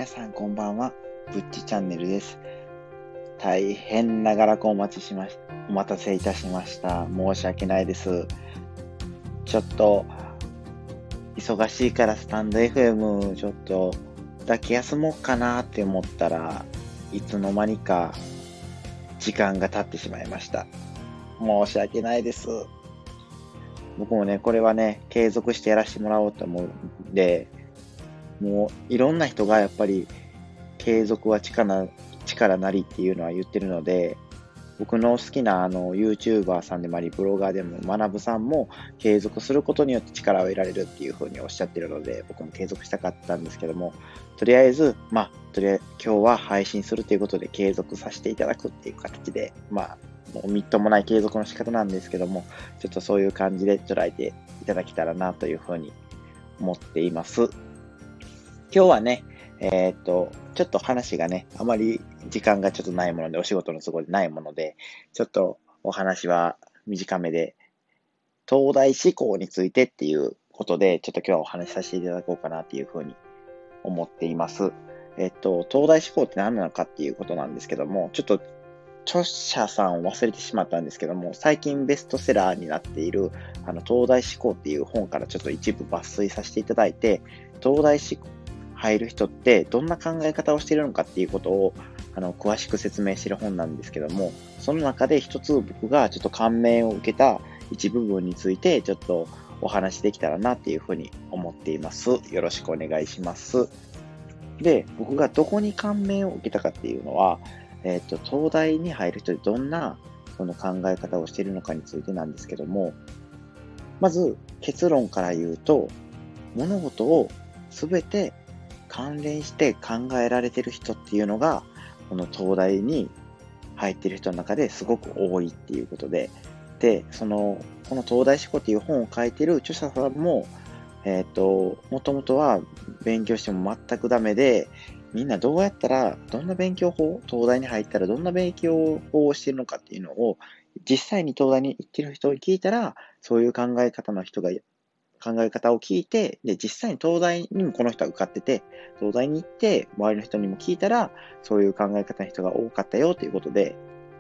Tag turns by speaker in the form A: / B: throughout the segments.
A: 皆さんこんばんは。ぶっちチャンネルです。大変長らくお待たせいたしました。申し訳ないです。ちょっと忙しいからスタンド FM ちょっとだけ休もうかなって思ったらいつの間にか時間が経ってしまいました。申し訳ないです。僕もね、これはね、継続してやらせてもらおうと思うんで、もういろんな人がやっぱり継続は力なりっていうのは言ってるので、僕の好きなYouTuber さんでもあり、ブロガーでも、学さんも継続することによって力を得られるっていうふうにおっしゃってるので、僕も継続したかったんですけども、とりあえず、今日は配信するということで継続させていただくっていう形で、もうみっともない継続の仕方なんですけども、ちょっとそういう感じで捉えていただけたらなというふうに思っています。今日はね、ちょっと話がね、あまり時間がちょっとないもので、お仕事の都合でないもので、ちょっとお話は短めで、東大志向についてっていうことで、ちょっと今日はお話しさせていただこうかなっていうふうに思っています。東大志向って何なのかっていうことなんですけども、ちょっと著者さんを忘れてしまったんですけども、最近ベストセラーになっている、東大志向っていう本からちょっと一部抜粋させていただいて、東大志向入る人ってどんな考え方をしているのかっていうことを詳しく説明している本なんですけども、その中で一つ僕がちょっと感銘を受けた一部分についてちょっとお話できたらなっていうふうに思っています。よろしくお願いします。で、僕がどこに感銘を受けたかっていうのは、東大に入る人でどんなその考え方をしているのかについてなんですけども、まず結論から言うと、物事をすべて関連して考えられている人っていうのが、この東大に入っている人の中ですごく多いっていうことで、で、この東大志向っていう本を書いている著者さんも、もともとは勉強しても全くダメで、みんなどうやったら、どんな勉強法、東大に入ったらどんな勉強法をしているのかっていうのを、実際に東大に行っている人に聞いたら、そういう考え方を聞いて、で、実際に東大にもこの人は受かってて、東大に行って、周りの人にも聞いたら、そういう考え方の人が多かったよということで、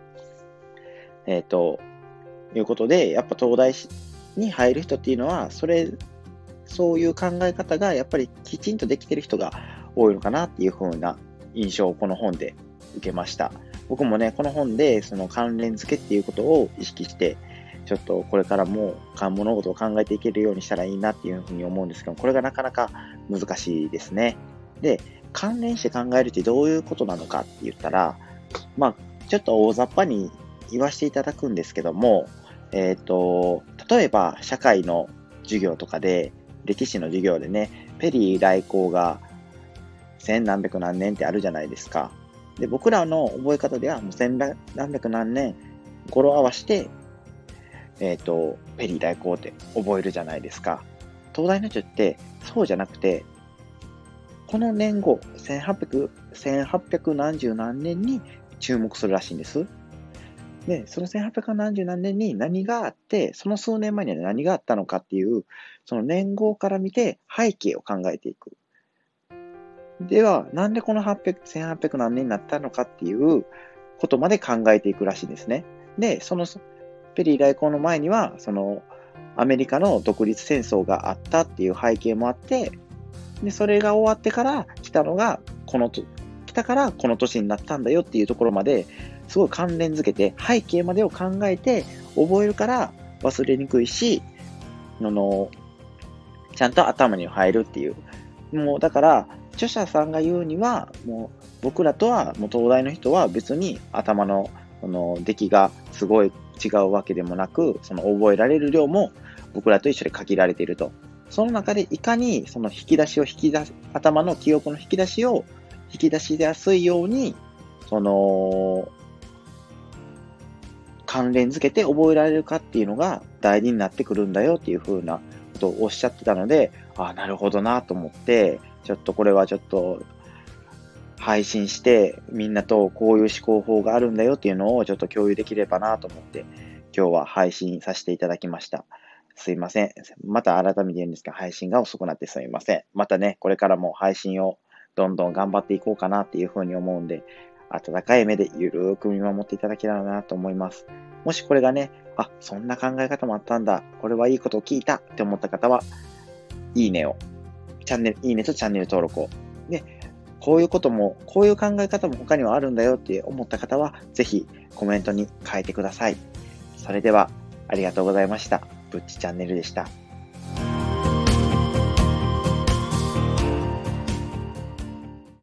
A: やっぱ東大に入る人っていうのは、そういう考え方がやっぱりきちんとできてる人が多いのかなっていう風な印象をこの本で受けました。僕もね、この本でその関連付けっていうことを意識して、ちょっとこれからも物事を考えていけるようにしたらいいなっていうふうに思うんですけど、これがなかなか難しいですね。で、関連して考えるってどういうことなのかって言ったら、ちょっと大雑把に言わせていただくんですけども、例えば社会の授業とかで、歴史の授業でね、ペリー来航が千何百何年ってあるじゃないですか。で、僕らの覚え方ではもう千何百何年語呂合わせて、ペリー来航って覚えるじゃないですか。東大の人ってそうじゃなくて、この年後、1800何十何年に注目するらしいんです。で、その1800何十何年に何があって、その数年前には何があったのかっていう、その年号から見て背景を考えていく。では、なんでこの1800何年になったのかっていうことまで考えていくらしいんですね。で、そのペリー来航の前には、アメリカの独立戦争があったっていう背景もあって、で、それが終わってから来たからこの年になったんだよっていうところまで、すごい関連づけて、背景までを考えて覚えるから忘れにくいし、ちゃんと頭に入るっていう。もうだから、著者さんが言うには、もう僕らとは、もう東大の人は別に頭の出来がすごい違うわけでもなく、その覚えられる量も僕らと一緒で限られていると。その中でいかにその頭の記憶の引き出しを引き出しやすいように、関連づけて覚えられるかっていうのが大事になってくるんだよっていう風なことをおっしゃってたので、なるほどなと思って、ちょっとこれはちょっと配信してみんなとこういう思考法があるんだよっていうのをちょっと共有できればなと思って今日は配信させていただきました。すいません。また改めて言うんですが、配信が遅くなってすいません。またね、これからも配信をどんどん頑張っていこうかなっていうふうに思うんで、温かい目でゆるーく見守っていただけたらなと思います。もしこれがね、あ、そんな考え方もあったんだ、これはいいことを聞いたって思った方は、いいねとチャンネル登録を。で、こういうことも、こういう考え方も他にはあるんだよって思った方は、ぜひコメントに書いてください。それでは、ありがとうございました。ぶっちチャンネルでした。